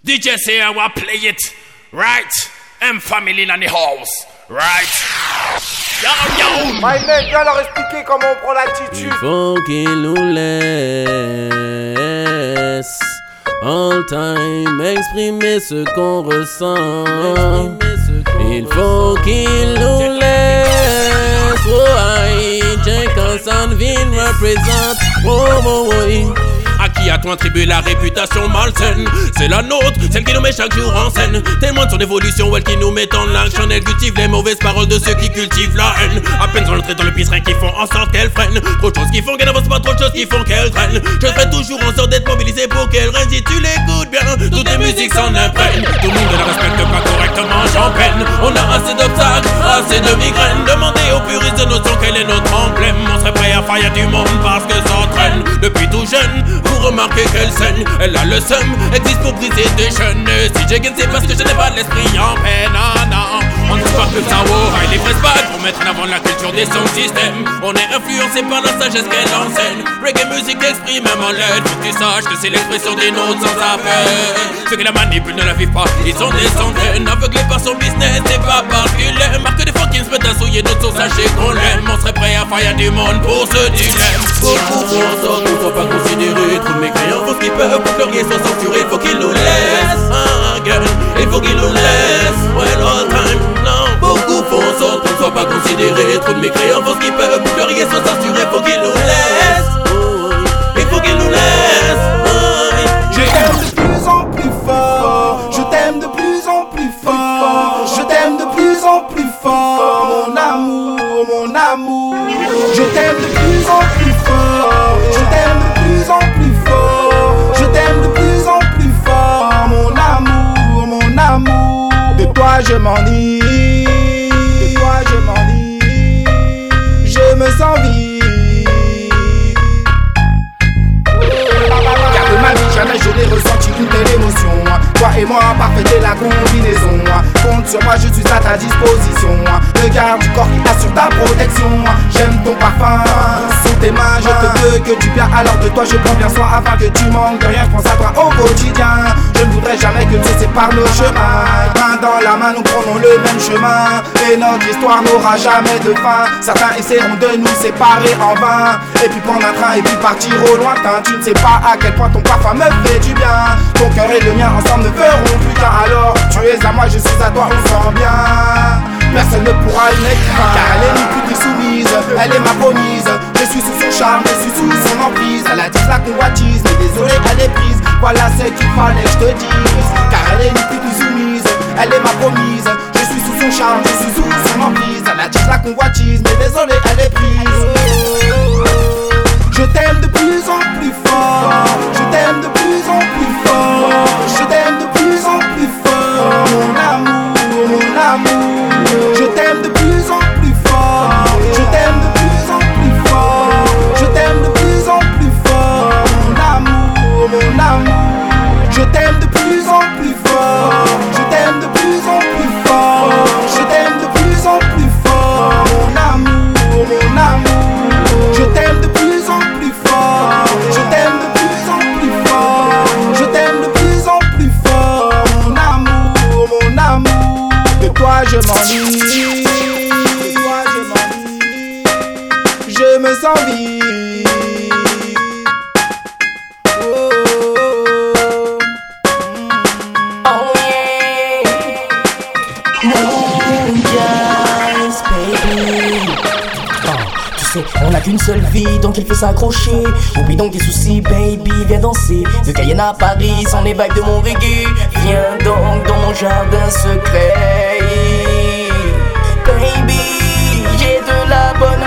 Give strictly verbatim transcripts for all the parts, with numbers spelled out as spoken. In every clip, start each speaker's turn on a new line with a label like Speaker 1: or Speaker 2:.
Speaker 1: D J say I will play it, right? M family in the house, right? Yo, yo!
Speaker 2: My mec, viens leur expliquer comment on prend l'attitude.
Speaker 3: Il faut qu'il nous laisse all time exprimer ce qu'on ressent. Il faut qu'il nous laisse. Oh, I check us and Vin represent. Oh, oh, oh.
Speaker 1: À qui a-t-on attribué la réputation malsaine? C'est la nôtre, celle qui nous met chaque jour en scène. Témoin de son évolution, elle qui nous met en l'action. Elle cultive les mauvaises paroles de ceux qui cultivent la haine. À peine sont entrés dans le pisserin qui font en sorte qu'elle freine. Trop de choses qui font qu'elle n'avance pas, trop de choses qui font qu'elle traîne. Je ferai toujours en sorte d'être mobilisé pour qu'elle règne. Si tu l'écoutes bien, toutes les musiques s'en imprègnent. Tout le monde ne la respecte pas correctement, j'en peine. On a assez d'obstacles, assez de migraines. Demandez aux puristes de notre son quel est notre emblème. On serait prêt à faire du monde parce que ça entraîne. Depuis tout jeune, vous remarquez qu'elle saigne, elle a le seum, existe pour briser des jeunes. Si j'ai gagné c'est parce que je n'ai pas l'esprit en peine. Ah non, on ne trouve pas que ça wow, il les presse pas pour mettre en avant la culture des sons système. On est influencé par la sagesse qu'elle enseigne. Reggae music exprime même en l'aide. Faut que tu saches que c'est l'expression des nôtres sans appel. Ceux qui la manipulent ne la vivent pas, ils sont des centaines. Aveuglés par son business, c'est pas parce qu'il aime. Marque des fois qu'ils se mettent à souiller d'autres sauces, sachez qu'on l'aime. On serait prêt à faire du monde pour ce dilemme. Beaucoup font en sorte qu'on soit pas considérés. Tous mes créants font ce qu'ils peuvent pour que rien soit censuré. Il faut qu'ils nous laissent, ah, girl. Il faut qu'ils nous laissent, well all time, non. Beaucoup font en sorte qu'on ne soit pas considérés. Trop de mes créants font ce qu'ils peuvent pour que rien soit censuré. Il faut qu'ils nous laissent, il faut qu'ils nous laissent, ah.
Speaker 2: Je t'aime de plus en plus fort. Je t'aime de plus en plus fort. Je t'aime de plus en plus fort. Mon amour, mon amour. Je t'aime de plus en plus fort. Je t'aime de plus en plus fort. Je t'aime de plus en plus fort. Mon amour, mon amour. De toi je m'ennuie. De toi je m'ennuie. Je me sens vide. Car de ma vie jamais je n'ai ressenti une telle émotion. Toi et moi, parfaite est la combinaison. Compte sur moi, je suis à ta disposition. Le garde du corps qui assure ta protection. J'aime ton parfum, sous tes mains je te veux que du bien. Alors de toi je prends bien soin afin que tu manques de rien. Je pense à toi au quotidien. Je ne voudrais jamais que tu sépares nos chemins. Main dans la main, nous prenons le même chemin. Et notre histoire n'aura jamais de fin. Certains essaieront de nous séparer en vain. Et puis prendre un train et puis partir au lointain. Tu ne sais pas à quel point ton parfum me fait du bien. Ton cœur et le mien ensemble ne feront plus qu'un. Alors tu es à moi, je suis à toi, on sent bien. Personne ne pourra y mettre fin. Car elle est ni pute ni soumise, elle est ma promise. Je suis sous son charme, je suis sous son emprise. Elle attise la convoitise, mais désolé elle est prise. Voilà ce qu'il fallait que je te dise. Car elle est ni pute ni soumise, elle est ma promise. Je suis sous son charme, je suis sous son emprise. Elle attise la convoitise, mais désolé elle est prise. Je t'aime de plus en plus fort. Je t'aime de plus en plus fort. Je t'aime de plus en plus fort. Mon amour, mon amour. Je t'aime de plus en plus fort. Je t'aime de plus en plus fort. Je t'aime de plus en plus fort. Mon amour, mon amour. Je t'aime de plus en plus fort. Je t'aime de plus en plus fort. Je t'aime de plus en plus fort. Mon amour, mon amour. Je t'aime de plus en plus fort. Je t'aime de plus en plus fort. Je t'aime de plus en plus fort. Mon amour, mon amour. De toi je m'ennuie. De toi je m'ennuie. Je me sens vide. Oh, oh, oh.
Speaker 4: Oh yeah. Moonjazz, baby. On a qu'une seule vie, donc il faut s'accrocher. Oublie donc tes soucis, baby, viens danser. De Cayenne à Paris, sans les vibes de mon reggae. Viens donc dans mon jardin secret. Baby, j'ai de la bonne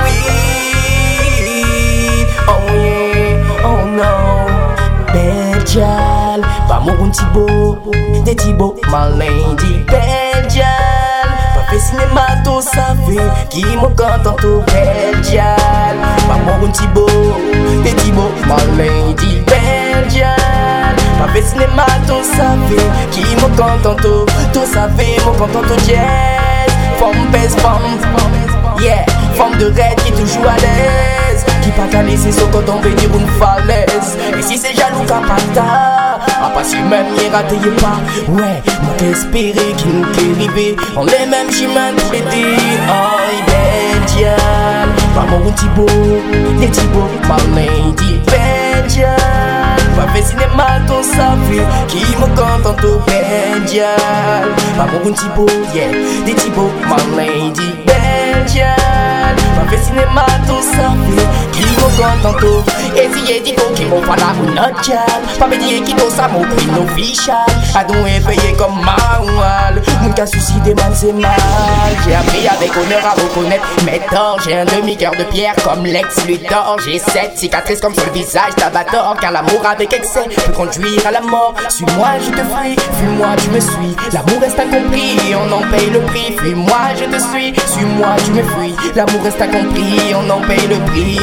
Speaker 4: weed. Oh yeah, oh non. Belle Jal, pas mon Thibaut. Des Thibaut, ma lady, belle Jal. Fait cinéma, tout savait qui me contente tout belle Jal. Pas mon Thibaut, et Thibaut, ma lady, belle Jal. Pas fait cinéma, tout savait qui me contente tout. Tout savait, me contente tout jazz. Femme baisse, femme, yeah. Femme de raid qui toujours à l'aise. Qui pas qu'à laisser son quand on veut dire une falaise. Et si c'est jaloux qu'à pata, A pas si même y raté pas. Ouais, moi qu'espérer qu'il nous qu'arriver. On les mêmes chemins tous les deux. Oh, Belgian, pas mon Thibaut, des Thibaut, ma lady Belgian. Pas fait cinéma, ton savu, qui me contente au Belgian. Pas mon Thibaut, yeah, des Thibaut, ma lady Belgian. Pas fait cinéma, ton savu, qui me contente au. Et si y'a dit qui m'ont pas la mounette, pas me dire qui t'ont ça, mon prix official. A donc payé comme manual. Mon cas suicidé, man, c'est mal. J'ai appris avec honneur à reconnaître mes torts. J'ai un demi-cœur de pierre comme Lex Luthor. J'ai sept cicatrices comme sur le visage d'Avatar. Car l'amour avec excès peut conduire à la mort. Suis-moi, je te fuis, fuis-moi, tu me suis. L'amour reste incompris, on en paye le prix. Fuis-moi, je te suis, suis-moi, tu me fuis. L'amour reste incompris, on en paye le prix.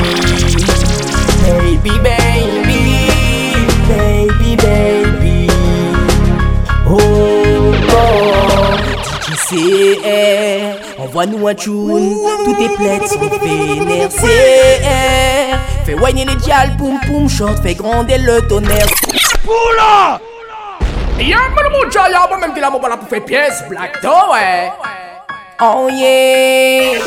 Speaker 4: Baby, baby, baby, baby. Oh, oh. D J C R, envoie-nous un tune. Tous tes plaies sont vénères. C R, fais whiner les dials, poum poum, chante, fais gronder le tonnerre.
Speaker 5: Oula! Y'a mon moucha, y'a moi même qui l'a mon pour faire pièce, Black Door, ouais.
Speaker 4: Oh yeah.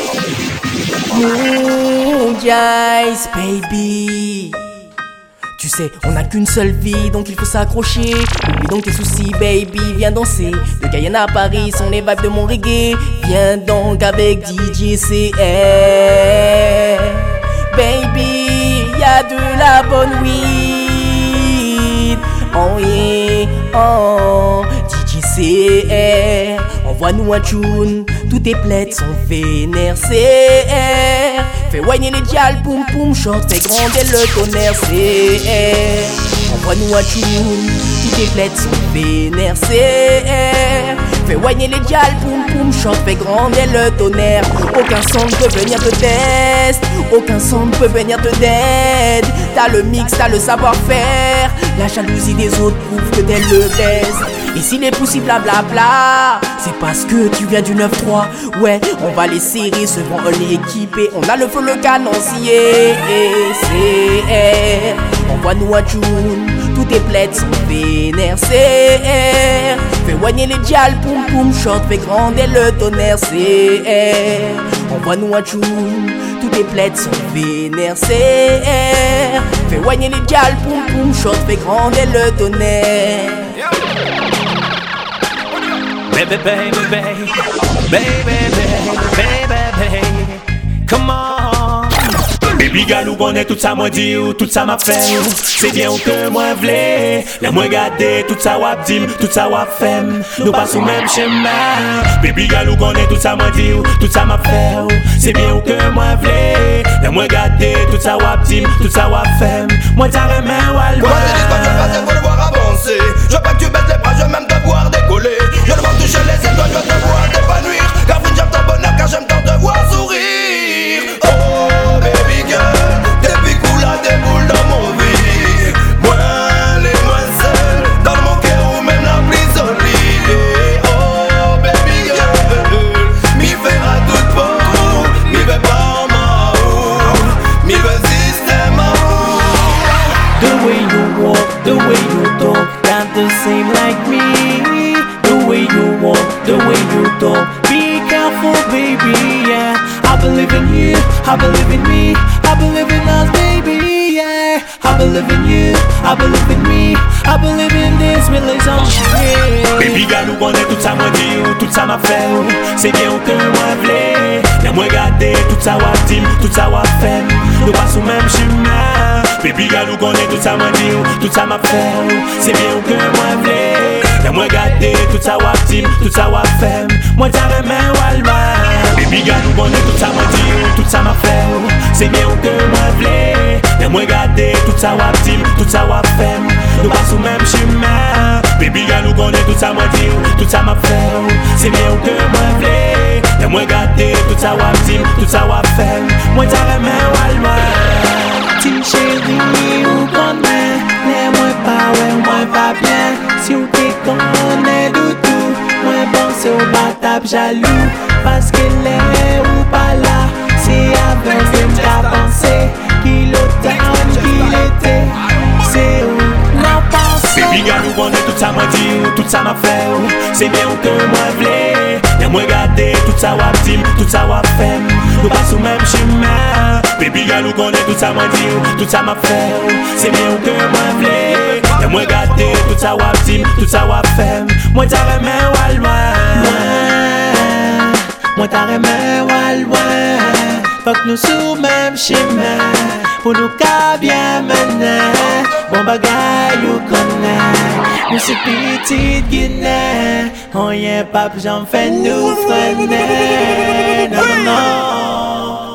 Speaker 4: Moonjace, baby. Tu sais, on n'a qu'une seule vie, donc il faut s'accrocher. Oublie donc tes soucis, baby, viens danser. De Guyane à Paris sont les vibes de mon reggae. Viens donc avec D J C R. Baby, y'a de la bonne weed. Oh yeah, oh. D J C R, envoie-nous un tune. Tous tes plaies sont vénères. C R, fais whiner les dials, poum poum, chante, fais gronder le tonnerre. C R, envoie-nous un tune. Tous tes plaies sont vénères. C R, fais whiner les dials, poum poum, chante, fais gronder le tonnerre. Aucun son ne peut venir te test, aucun son ne peut venir te dead. T'as le mix, t'as le savoir-faire. La jalousie des autres prouve que t'es le best. Et s'il est possible blablabla, c'est parce que tu viens du neuf trois. Ouais, on va les serrer, se vend on est équipé. On a le feu, le canoncier. C R, envoie-nous un tune. Tous tes plaies sont vénères. C R, fais whiner les dials, poum poum, chante, fais gronder le tonnerre. C R, envoie-nous un tune. Tous tes plaies sont vénères. C R, fais whiner les dials, poum poum, chante, fais gronder le tonnerre.
Speaker 6: Baby, baby, baby, baby, baby, baby, come on. Baby gal ou connaît tout ça moi dit ou tout ça m'a fait. C'est bien ou que moi v'lais. La moi garder tout ça wap dim, tout ça wap femme. Nous pas sous même chemin. Baby gal ou connaît tout ça moi dit ou tout ça m'a fait. C'est bien ou que moi v'lais. La moi garder tout ça wap dim, tout ça wap femme. Moi t'as remé wal.
Speaker 2: Moi je dis pas que je passe, faut le voir avancer. Je veux pas que tu baisses les bras, je veux même te voir décoller. Je demande toucher les étoiles, je veux te voir t'épanouir. Car j'aime ton bonheur, car j'aime tant te voir sourire. Oh baby girl, depuis cool à des boules dans mon vie. Moi les moins seul, dans mon cœur ou même la prison l'idée. Oh baby girl, m'y fera tout pour, m'y veut pas ma ou, m'y veut système à ou.
Speaker 6: The way you walk, the way you talk, not the same like me. The way you walk, the way you talk, be careful baby, yeah. I believe in you, I believe in me, I believe in us baby, yeah. I believe in you, I believe in me, I believe in this relationship. Baby girl ou connaît tout ça moi dit ou tout ça m'a fait. C'est bien ou que moi v'lais. Y'a moi garder tout ça wap dim, tout ça wap femme. Nous pas sous même chemin. Baby girl ou connaît tout ça moi dit ou tout ça m'a fait. C'est bien ou que moi v'lais. Y'a moi garder tout ça wap dim, tout ça wap femme. Moi t'as remé walma. Baby girl ou connaît tout ça moi dit ou tout ça m'a fait. C'est bien ou que moi v'lais. Y'a moi garder tout ça wap dim, tout ça wap femme. Nous pas sous même chemin. Baby girl ou connaît tout ça moi dit ou tout ça m'a fait. C'est bien ou que moi v'lais. Y'a moi garder tout ça wap dim, tout ça wap femme. Moi t'as remé walma. Ti chérie ou connaît, les moi pas ouais moi pas bien. Si ou te connaît du tout, moi pense au batap jaloux. Parce que les ou pas là, c'est avec ce que t'as pensé. Qu'il autant qu'il était, c'est où la pensée. Baby girl, nous connaît tout ça m'a dit, tout ça m'a fait. C'est bien que moi v'lais. Y'a moi gâté, tout ça wap dit, tout ça wap fait. Nous pas sous même chemin. Baby girl, nous connaît tout ça m'a dit, tout ça m'a fait. C'est bien que moi v'lais. Y'a moi gâté, tout ça wap dit, tout ça wap fait. Moi t'as remé wal loin. Moi t'as remé wal loin. Faut que nous sous même chemin. Pour nous qu'à bien mener. Bon bagay you connaît. Nous c'est petite Guinée. On y est pas j'en fais nous freiner. Non non non.